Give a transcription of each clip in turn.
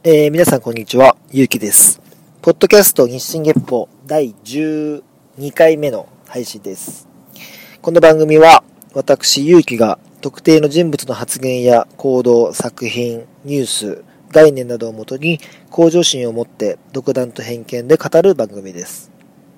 皆さんこんにちは、ゆうきです。ポッドキャスト日進月歩第12回目の配信です。この番組は私ゆうきが特定の人物の発言や行動、作品、ニュース、概念などをもとに向上心を持って独断と偏見で語る番組です。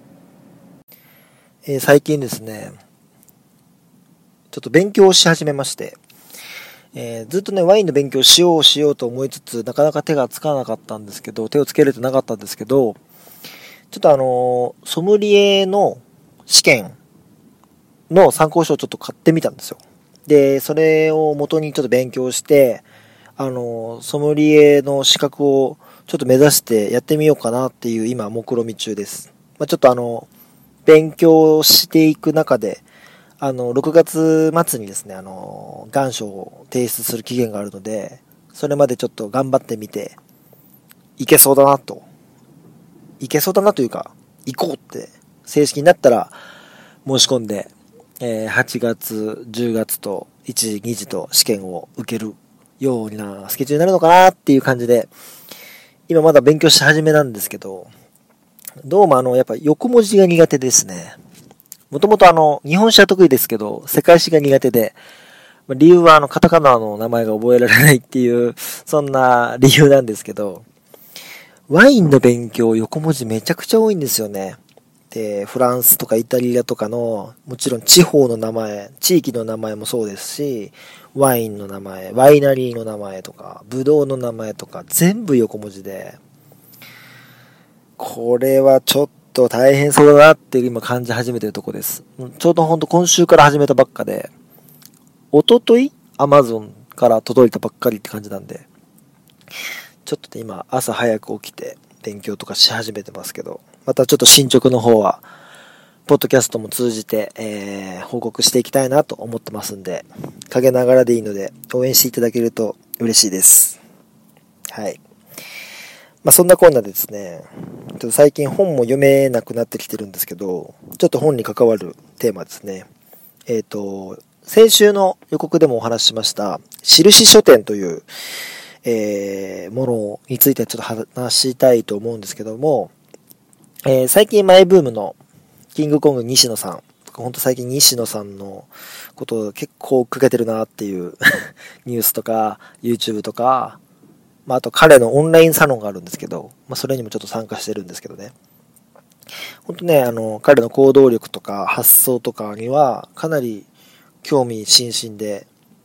最近ですね、ちょっと勉強をし始めまして、ずっとね、ワインの勉強しようと思いつつ、なかなか手がつかなかったんですけど、手をつけれてなかったんですけど、ちょっとソムリエの試験の参考書をちょっと買ってみたんですよ。で、それを元にちょっと勉強して、ソムリエの資格をちょっと目指してやってみようかなっていう今、目論見中です。ちょっと勉強していく中で、6月末にですね、願書を提出する期限があるので、それまでちょっと頑張ってみて、いけそうだなというか、行こうって正式になったら申し込んで、8月、10月と1次、2次と試験を受けるようなスケジュールになるのかなっていう感じで、今まだ勉強し始めなんですけど、どうもやっぱ横文字が苦手ですね。もともと日本史は得意ですけど、世界史が苦手で、理由はカタカナの名前が覚えられないっていう、そんな理由なんですけど、ワインの勉強、横文字めちゃくちゃ多いんですよね。で、フランスとかイタリアとかの、もちろん地方の名前、地域の名前もそうですし、ワインの名前、ワイナリーの名前とか、ブドウの名前とか、全部横文字で、これはちょっと大変そうだなって今感じ始めてるとこです。ちょうどほんと今週から始めたばっかで、おととい Amazon から届いたばっかりって感じなんで、ちょっとね今朝早く起きて勉強とかし始めてますけど、またちょっと進捗の方は、ポッドキャストも通じて、報告していきたいなと思ってますんで、陰ながらでいいので応援していただけると嬉しいです。はい。そんなこんなでですね、ちょっと最近本も読めなくなってきてるんですけど、ちょっと本に関わるテーマですね。先週の予告でもお話ししました、印書店という、ものについてちょっと話したいと思うんですけども、最近マイブームのキングコング西野さん、ほんと最近西野さんのことを結構追っかけてるなっていうニュースとか YouTube とか、あと彼のオンラインサロンがあるんですけど、それにもちょっと参加してるんですけどね。ほんとね、彼の行動力とか発想とかにはかなり興味津々で、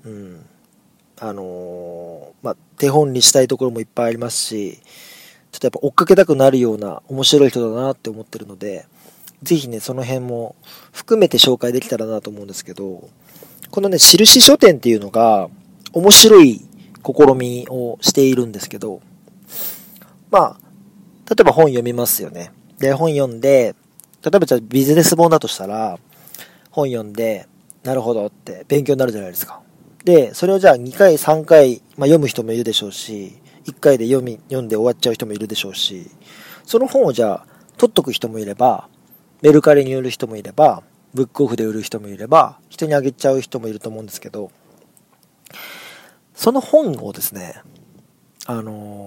手本にしたいところもいっぱいありますし、ちょっとやっぱ追っかけたくなるような面白い人だなって思ってるので、ぜひね、その辺も含めて紹介できたらなと思うんですけど、このね、印書店っていうのが面白い試みをしているんですけど、例えば本読みますよね。で、本読んで、例えばじゃあビジネス本だとしたら、本読んで、なるほどって勉強になるじゃないですか。で、それをじゃあ2回、3回、読む人もいるでしょうし、1回で読んで終わっちゃう人もいるでしょうし、その本をじゃあ取っとく人もいれば、メルカリに売る人もいれば、ブックオフで売る人もいれば、人にあげちゃう人もいると思うんですけど、その本をですね、例えば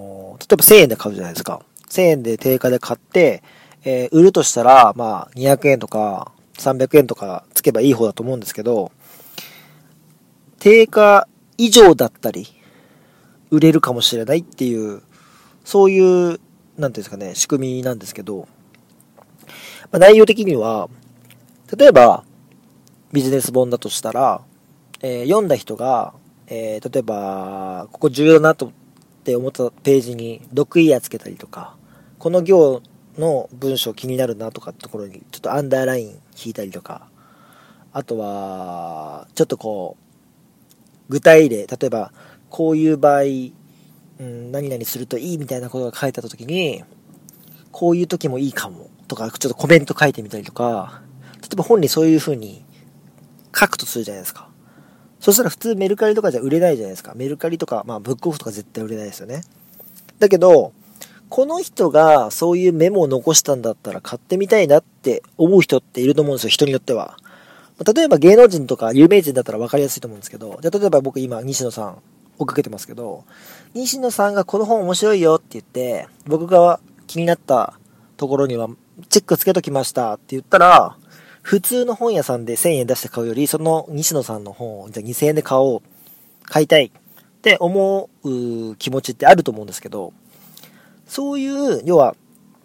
1000円で買うじゃないですか。1000円で定価で買って、売るとしたら、200円とか300円とかつけばいい方だと思うんですけど、定価以上だったり、売れるかもしれないっていう、そういう、なんていうんですかね、仕組みなんですけど、内容的には、例えば、ビジネス本だとしたら、読んだ人が、例えば、ここ重要だなとって思ったページに読意やつけたりとか、この行の文章気になるなとかってところにちょっとアンダーライン引いたりとか、あとは、ちょっと具体例、例えば、こういう場合、何々するといいみたいなことが書いてあったときに、こういう時もいいかもとか、ちょっとコメント書いてみたりとか、例えば本にそういう風に書くとするじゃないですか。そしたら普通メルカリとかじゃ売れないじゃないですか。メルカリとか、ブックオフとか絶対売れないですよね。だけど、この人がそういうメモを残したんだったら買ってみたいなって思う人っていると思うんですよ、人によっては。例えば芸能人とか有名人だったら分かりやすいと思うんですけど、じゃあ例えば僕今、西野さん追っかけてますけど、西野さんがこの本面白いよって言って、僕が気になったところにはチェックつけときましたって言ったら、普通の本屋さんで1000円出して買うより、その西野さんの本をじゃあ2000円で買いたいって思う気持ちってあると思うんですけど、そういう、要は、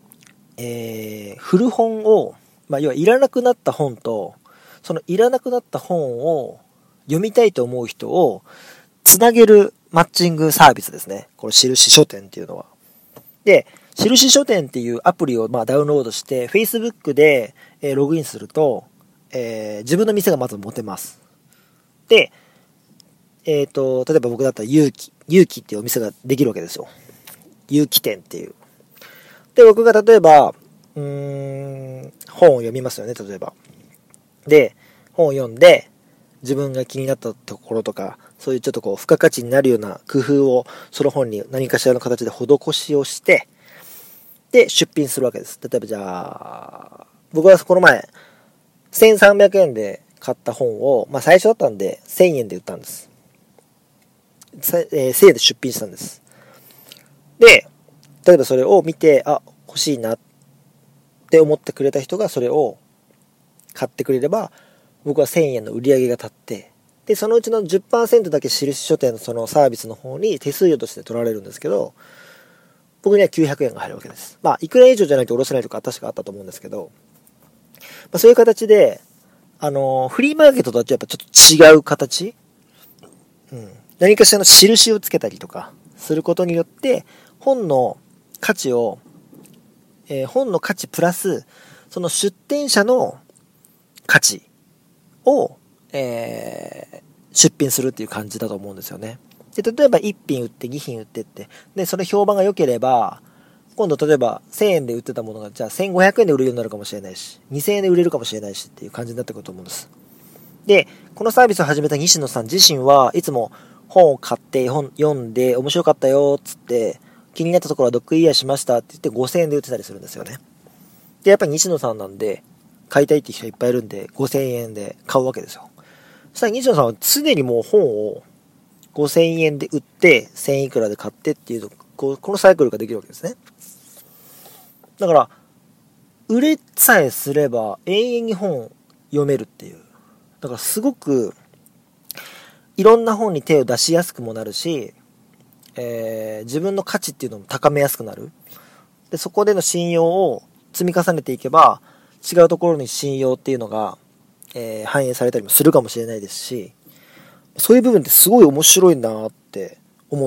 古本を、要はいらなくなった本と、そのいらなくなった本を読みたいと思う人をつなげるマッチングサービスですね。この印書店っていうのは。で、印書店っていうアプリをダウンロードして、Facebook で、ログインすると、自分の店がまず持てます。で、例えば僕だったら勇気っていうお店ができるわけですよ。勇気店っていう。で、僕が例えば、本を読みますよね、例えば。で、本を読んで、自分が気になったところとか、そういうちょっとこう、付加価値になるような工夫を、その本に何かしらの形で施しをして、で、出品するわけです。例えばじゃあ、僕はこの前、1300円で買った本を、最初だったんで、1000円で売ったんです。1000円で出品したんです。で、例えばそれを見て、欲しいなって思ってくれた人がそれを買ってくれれば、僕は1000円の売り上げが立って、で、そのうちの 10% だけ印書店のそのサービスの方に手数料として取られるんですけど、僕には900円が入るわけです。いくら以上じゃないと下ろせないとか確かあったと思うんですけど、そういう形で、フリーマーケットとはやっぱちょっと違う形、何かしらの印をつけたりとかすることによって、本の価値を、本の価値プラス、その出店者の価値を、出品するっていう感じだと思うんですよね。で、例えば1品売って2品売ってって、で、それ評判が良ければ、今度例えば1000円で売ってたものが、じゃあ1500円で売れるようになるかもしれないし、2000円で売れるかもしれないしっていう感じになってくると思うんです。で、このサービスを始めた西野さん自身はいつも本を買って読んで面白かったよっつって、気になったところはドッグイヤーしましたって言って5000円で売ってたりするんですよね。で、やっぱり西野さんなんで、買いたいって人いっぱいいるんで、5000円で買うわけですよ。そしたら西野さんは常にもう本を5000円で売って、1000いくらで買ってっていうこのサイクルができるわけですね。だから、売れさえすれば永遠に本読めるっていう。だからすごく、いろんな本に手を出しやすくもなるし、自分の価値っていうのも高めやすくなる。で、そこでの信用を積み重ねていけば、違うところに信用っていうのが、反映されたりもするかもしれないですし、そういう部分ってすごい面白いなって思って、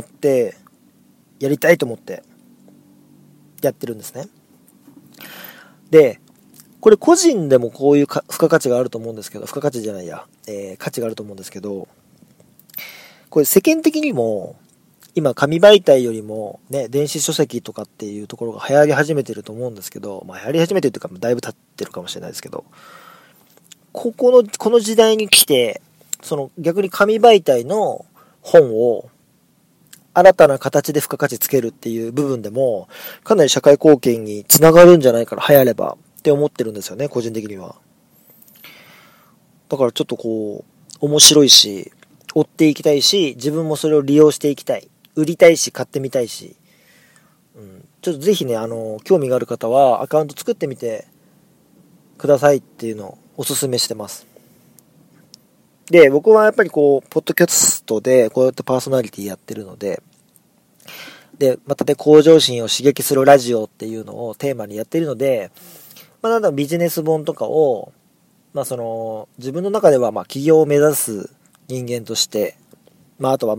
やりたいと思ってやってるんですね。で、これ個人でもこういう付加価値があると思うんですけど、付加価値じゃないや、価値があると思うんですけど、これ世間的にも、今紙媒体よりもね、電子書籍とかっていうところが流行り始めてると思うんですけど、流行り始めてるというかだいぶ経ってるかもしれないですけど、この時代に来て、その逆に紙媒体の本を新たな形で付加価値つけるっていう部分でも、かなり社会貢献につながるんじゃないかな、流行ればって思ってるんですよね、個人的には。だからちょっとこう、面白いし、追っていきたいし、自分もそれを利用していきたい。売りたいし、買ってみたいし。ちょっとぜひね、興味がある方はアカウント作ってみてくださいっていうのをおすすめしてます。で、僕はやっぱりこう、ポッドキャストでこうやってパーソナリティやってるので、で、またね、向上心を刺激するラジオっていうのをテーマにやっているので、なんだビジネス本とかを、自分の中では起業を目指す人間として、あとは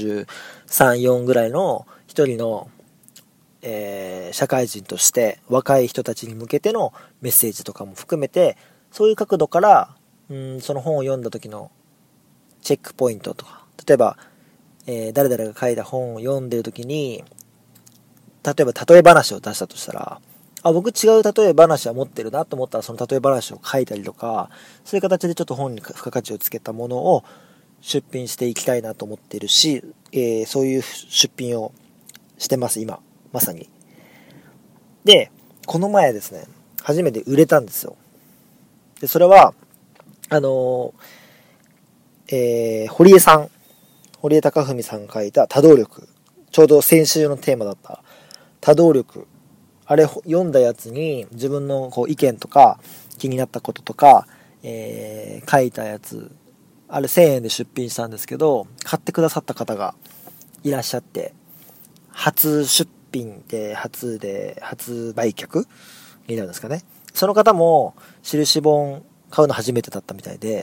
33、4ぐらいの一人の、社会人として若い人たちに向けてのメッセージとかも含めて、そういう角度から、その本を読んだ時のチェックポイントとか、例えば、誰々が書いた本を読んでる時に、例え話を出したとしたら、僕違う例え話は持ってるなと思ったらその例え話を書いたりとか、そういう形でちょっと本に付加価値をつけたものを出品していきたいなと思ってるし、そういう出品をしてます、今。まさに。で、この前ですね、初めて売れたんですよ。で、それは、堀江さん。 堀江貴文さんが書いた多動力、ちょうど先週のテーマだった多動力、あれ読んだやつに自分のこう意見とか気になったこととか、書いたやつ、あれ1000円で出品したんですけど、買ってくださった方がいらっしゃって、初出品で発売客になるんですかね。その方も印本買うの初めてだったみたいで、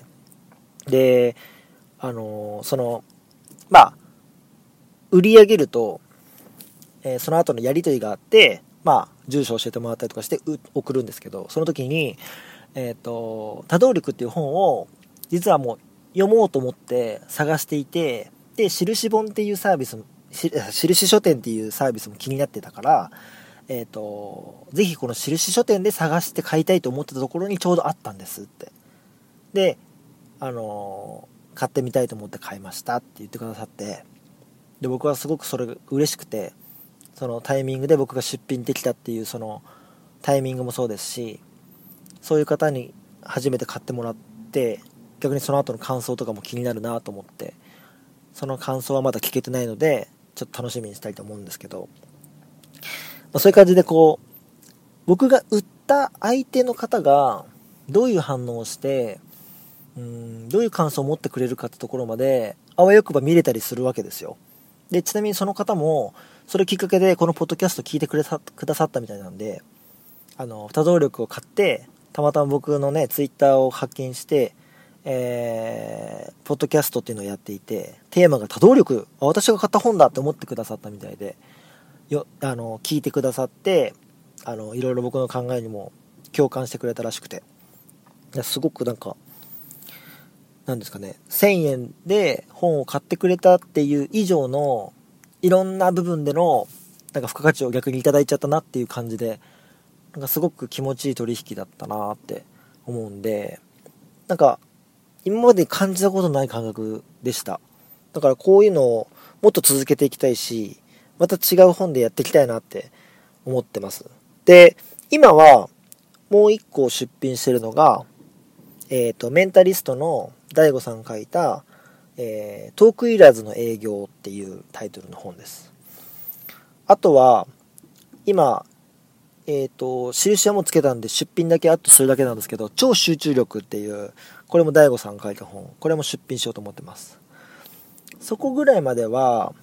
売り上げると、その後のやり取りがあって、住所を教えてもらったりとかして送るんですけど、その時に、多動力っていう本を、実はもう読もうと思って探していて、で、印本っていうサービスも、印書店っていうサービスも気になってたから、ぜひこの印書店で探して買いたいと思ってたところにちょうどあったんですって。で、買ってみたいと思って買いましたって言ってくださって、で僕はすごくそれが嬉しくて、そのタイミングで僕が出品できたっていうそのタイミングもそうですし、そういう方に初めて買ってもらって、逆にその後の感想とかも気になるなと思って、その感想はまだ聞けてないのでちょっと楽しみにしたいと思うんですけど、そういう感じでこう僕が売った相手の方がどういう反応をしてどういう感想を持ってくれるかってところまであわよくば見れたりするわけですよ。でちなみにその方もそれきっかけでこのポッドキャスト聞いてくださったみたいなんで、多動力を買ってたまたま僕のねツイッターを発見して、ポッドキャストっていうのをやっていて、テーマが多動力、私が買った本だって思ってくださったみたいで、聞いてくださって、いろいろ僕の考えにも共感してくれたらしくて、すごくなんですかね、1000円で本を買ってくれたっていう以上のいろんな部分での付加価値を逆にいただいちゃったなっていう感じで、すごく気持ちいい取引だったなって思うんで、今まで感じたことない感覚でした。だからこういうのをもっと続けていきたいし、また違う本でやっていきたいなって思ってます。で、今はもう一個出品してるのが、メンタリストの大悟さんが書いた、トークいらずの営業っていうタイトルの本です。あとは今印はもうつけたんで出品だけあとするだけなんですけど、超集中力っていう、これも大悟さんが書いた本、これも出品しようと思ってます。そこぐらいまでは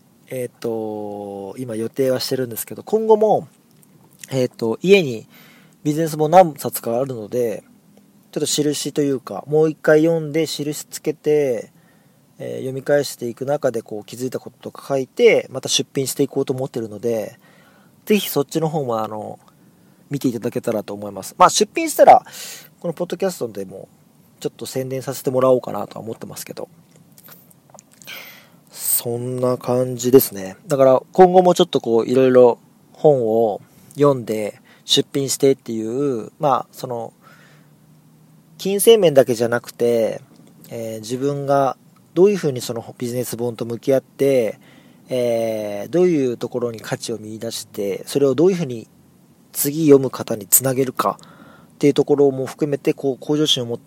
今予定はしてるんですけど、今後も家にビジネス本何冊かあるので、ちょっと印というかもう一回読んで印つけて、読み返していく中でこう気づいたこととか書いてまた出品していこうと思ってるので、ぜひそっちの方も見ていただけたらと思います。出品したらこのポッドキャストでもちょっと宣伝させてもらおうかなとは思ってますけど、そんな感じですね。だから今後もちょっとこういろいろ本を読んで出品してっていう、その金銭面だけじゃなくて、自分がどういうふうにそのビジネス本と向き合って、どういうところに価値を見出して、それをどういうふうに次読む方につなげるかっていうところも含めてこう向上心を持って、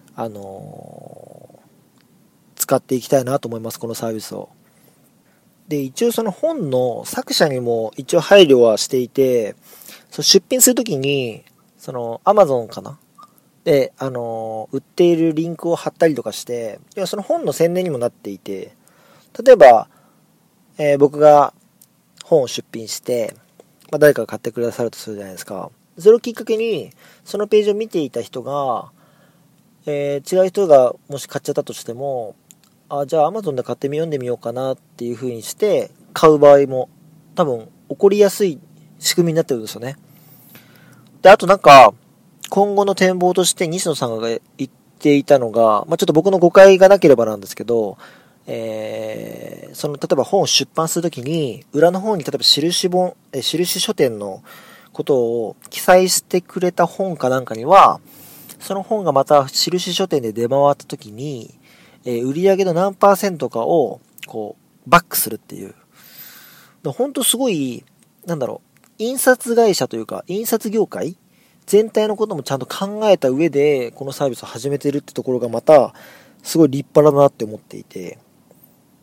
使っていきたいなと思います、このサービスを。で、一応その本の作者にも一応配慮はしていて、出品するときにその Amazon かなで、売っているリンクを貼ったりとかして、その本の宣伝にもなっていて、例えば、僕が本を出品して、誰かが買ってくださるとするじゃないですか。それをきっかけにそのページを見ていた人が、違う人がもし買っちゃったとしても、じゃあ Amazon で買って読んでみようかなっていう風にして買う場合も多分起こりやすい仕組みになってるんですよね。で、あと今後の展望として西野さんが言っていたのが、ちょっと僕の誤解がなければなんですけど、例えば本を出版するときに裏の方に例えば印書店のことを記載してくれた本かなんかには、その本がまた印書店で出回ったときに、売上の何%かをこうバックするっていう。本当すごい印刷会社というか印刷業界全体のこともちゃんと考えた上でこのサービスを始めてるってところがまたすごい立派だなって思っていて、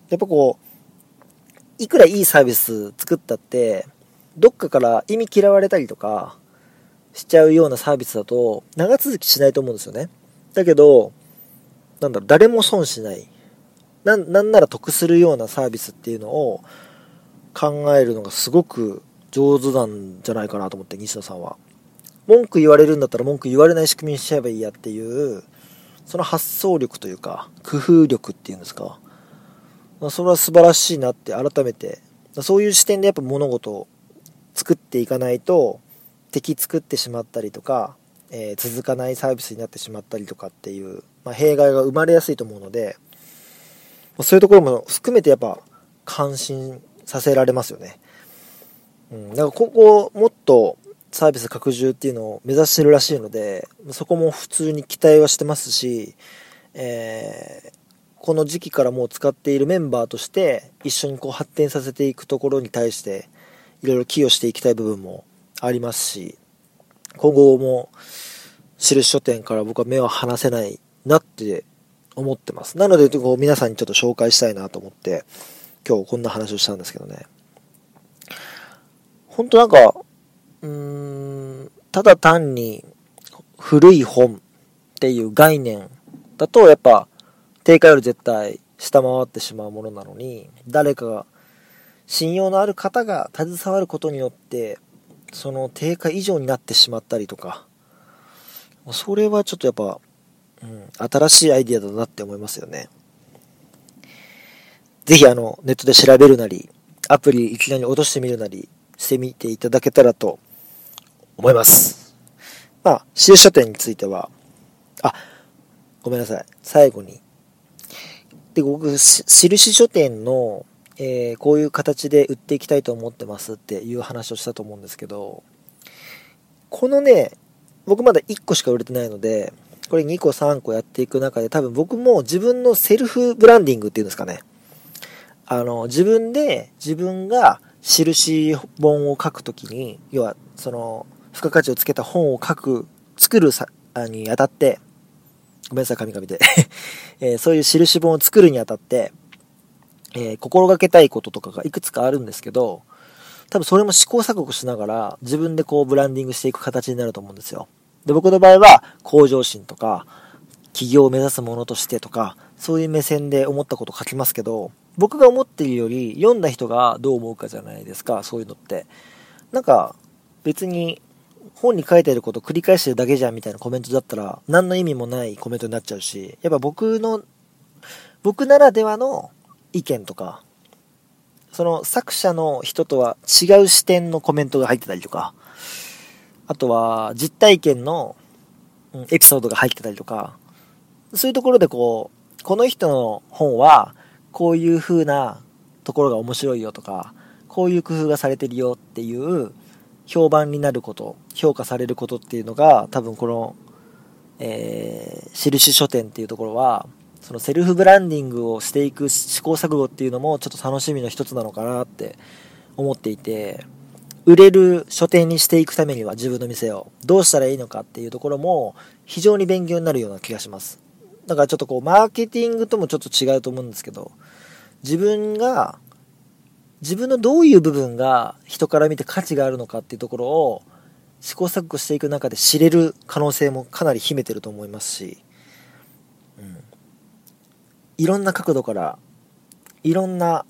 やっぱいくらいいサービス作ったって、どっかから意味嫌われたりとかしちゃうようなサービスだと長続きしないと思うんですよね。だけど、誰も損しない。なんなら得するようなサービスっていうのを考えるのがすごく上手なんじゃないかなと思って、西野さんは。文句言われるんだったら文句言われない仕組みにしちゃえばいいやっていう、その発想力というか、工夫力っていうんですか。それは素晴らしいなって改めて、そういう視点でやっぱ物事を作っていかないと、敵作ってしまったりとか、続かないサービスになってしまったりとかっていう、弊害が生まれやすいと思うので、そういうところも含めてやっぱ感心させられますよね。だから今後もっとサービス拡充っていうのを目指してるらしいので、そこも普通に期待はしてますし、この時期からもう使っているメンバーとして一緒に発展させていくところに対していろいろ寄与していきたい部分もありますし、今後も印書店から僕は目を離せないなって思ってます。なので皆さんにちょっと紹介したいなと思って今日こんな話をしたんですけどね。本当ただ単に古い本っていう概念だとやっぱ定価より絶対下回ってしまうものなのに、誰かが信用のある方が携わることによってその定価以上になってしまったりとか、それはちょっとやっぱ、新しいアイディアだなって思いますよね。ぜひネットで調べるなりアプリいきなり落としてみるなりしてみていただけたらと思います。印書店については、ごめんなさい。最後に。で、僕、印書店の、こういう形で売っていきたいと思ってますっていう話をしたと思うんですけど、このね、僕まだ1個しか売れてないので、これ2個3個やっていく中で多分僕も自分のセルフブランディングっていうんですかね。自分が印本を書くときに、要は、その、付加価値をつけた本を作るにあたって、ごめんなさい、神々で。そういう印本を作るにあたって、心がけたいこととかがいくつかあるんですけど、多分それも試行錯誤しながら自分でブランディングしていく形になると思うんですよ。で、僕の場合は向上心とか、起業を目指すものとしてとか、そういう目線で思ったことを書きますけど、僕が思っているより読んだ人がどう思うかじゃないですか、そういうのって。別に本に書いてあることを繰り返してるだけじゃんみたいなコメントだったら何の意味もないコメントになっちゃうし、やっぱ僕ならではの意見とか、その作者の人とは違う視点のコメントが入ってたりとか、あとは実体験のエピソードが入ってたりとか、そういうところでこの人の本はこういう風なところが面白いよとか、こういう工夫がされてるよっていう評判になること、評価されることっていうのが多分この、印書店っていうところは、そのセルフブランディングをしていく試行錯誤っていうのもちょっと楽しみの一つなのかなって思っていて、売れる書店にしていくためには自分の店をどうしたらいいのかっていうところも非常に勉強になるような気がします。だからちょっとマーケティングともちょっと違うと思うんですけど、自分のどういう部分が人から見て価値があるのかっていうところを試行錯誤していく中で知れる可能性もかなり秘めてると思いますし、いろんな角度からいろんな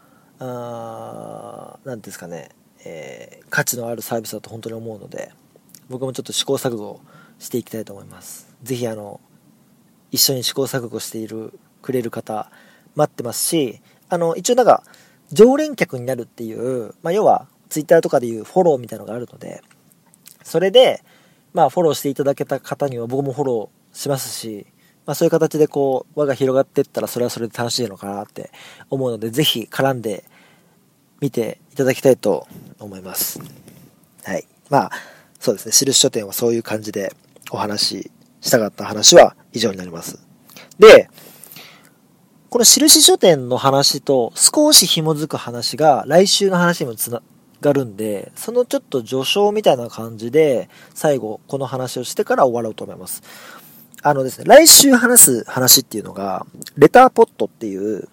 なんていうんですかね、価値のあるサービスだと本当に思うので、僕もちょっと試行錯誤していきたいと思います。ぜひ一緒に試行錯誤してくれる方待ってますし、一応常連客になるっていう、要はツイッターとかでいうフォローみたいなのがあるので、それでフォローしていただけた方には僕もフォローしますし、そういう形で輪が広がっていったらそれはそれで楽しいのかなって思うので、ぜひ絡んでみていただきたいと思います。はい。そうですね。印書店はそういう感じでお話ししたかった話は以上になります。で、この印書店の話と少し紐づく話が来週の話にもつながるんで、そのちょっと序章みたいな感じで最後この話をしてから終わろうと思います。ですね、来週話す話っていうのがレターポットっていう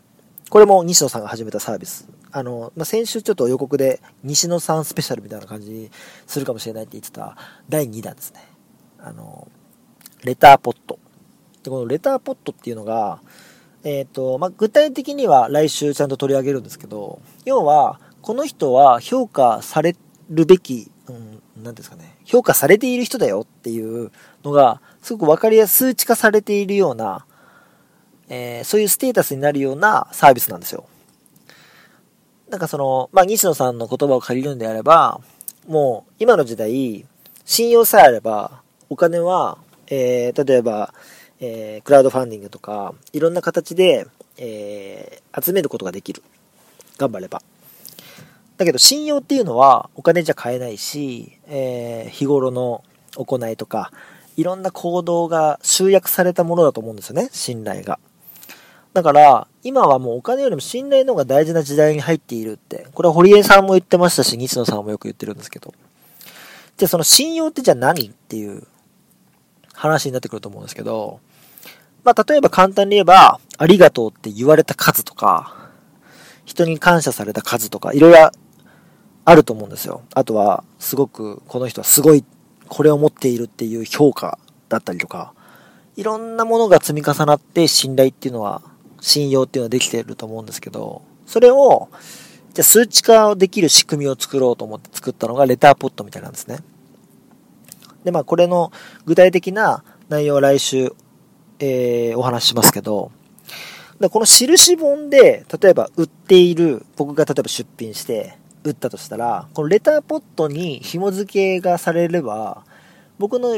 これも西野さんが始めたサービス。先週ちょっと予告で西野さんスペシャルみたいな感じにするかもしれないって言ってた第2弾ですね。レターポット。で、このレターポットっていうのが、具体的には来週ちゃんと取り上げるんですけど、要は、この人は評価されるべき、なんですかね、評価されている人だよっていうのが、すごくわかりやすい数値化されているような、そういうステータスになるようなサービスなんですよ。なんか西野さんの言葉を借りるんであれば、もう今の時代、信用さえあれば、お金は、例えば、クラウドファンディングとか、いろんな形で、集めることができる。頑張れば。だけど信用っていうのはお金じゃ買えないし、日頃の行いとか、いろんな行動が集約されたものだと思うんですよね、信頼が。だから、今はもうお金よりも信頼の方が大事な時代に入っているって、これは堀江さんも言ってましたし、西野さんもよく言ってるんですけど。じゃあその信用ってじゃあ何っていう話になってくると思うんですけど、例えば簡単に言えば、ありがとうって言われた数とか、人に感謝された数とか、いろいろあると思うんですよ。あとは、すごく、この人はすごい、これを持っているっていう評価だったりとか、いろんなものが積み重なって信頼っていうのは、信用っていうのはできていると思うんですけど、それを、じゃあ数値化できる仕組みを作ろうと思って作ったのがレターポットみたいなんですね。で、これの具体的な内容は来週、お話ししますけど、この印本で、例えば売っている、僕が例えば出品して売ったとしたら、このレターポットに紐付けがされれば、僕の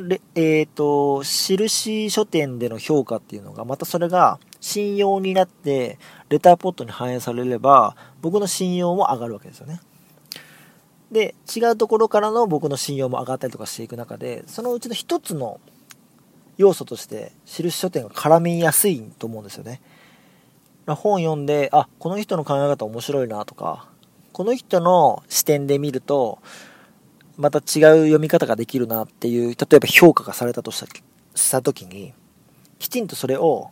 印書店での評価っていうのが、またそれが信用になって、レターポットに反映されれば、僕の信用も上がるわけですよね。で、違うところからの僕の信用も上がったりとかしていく中で、そのうちの一つの要素として、印書店が絡みやすいと思うんですよね。本読んで、この人の考え方面白いなとか、この人の視点で見ると、また違う読み方ができるなっていう、例えば評価がされたとした時に、きちんとそれを、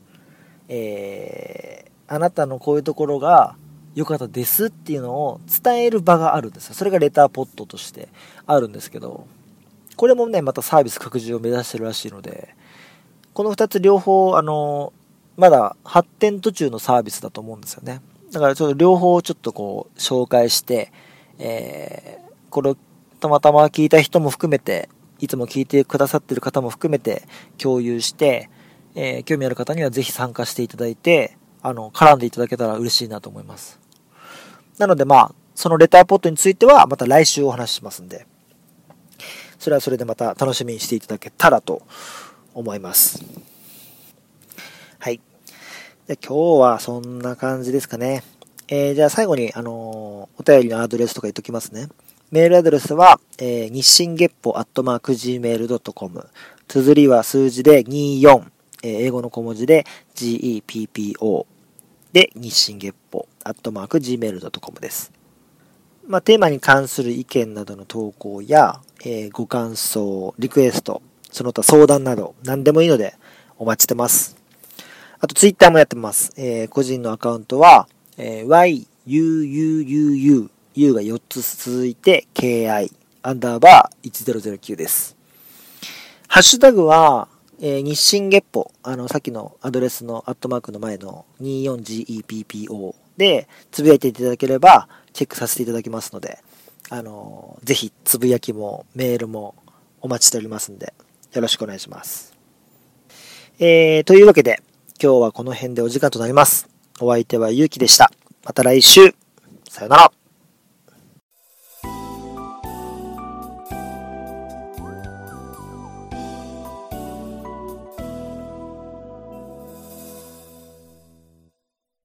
あなたのこういうところが良かったですっていうのを伝える場があるんですよ。それがレターポットとしてあるんですけど、これもね、またサービス拡充を目指してるらしいので、この2つ両方、まだ発展途中のサービスだと思うんですよね。だからちょっと両方ちょっと紹介して、これをたまたま聞いた人も含めて、いつも聞いてくださっている方も含めて共有して、興味ある方にはぜひ参加していただいて、絡んでいただけたら嬉しいなと思います。なのでそのレターポットについてはまた来週お話ししますんで、それはそれでまた楽しみにしていただけたらと思います。はい。で今日はそんな感じですかね。じゃあ最後に、お便りのアドレスとか言っときますね。メールアドレスは、日進月歩@gmail.com。綴りは数字で24、英語の小文字で GEPPO で日進月歩@gmail.com です。テーマに関する意見などの投稿や、ご感想、リクエスト、その他相談など何でもいいのでお待ちしてます。あとツイッターもやってます。個人のアカウントは、yuuuu U が4つ続いて KI_1009 です。ハッシュタグは、日進月歩、さっきのアドレスのアットマークの前の 24GEPPO でつぶやいていただければチェックさせていただきますので、ぜひつぶやきもメールもお待ちしておりますのでよろしくお願いします。というわけで今日はこの辺でお時間となります。お相手はゆうきでした。また来週。さよなら。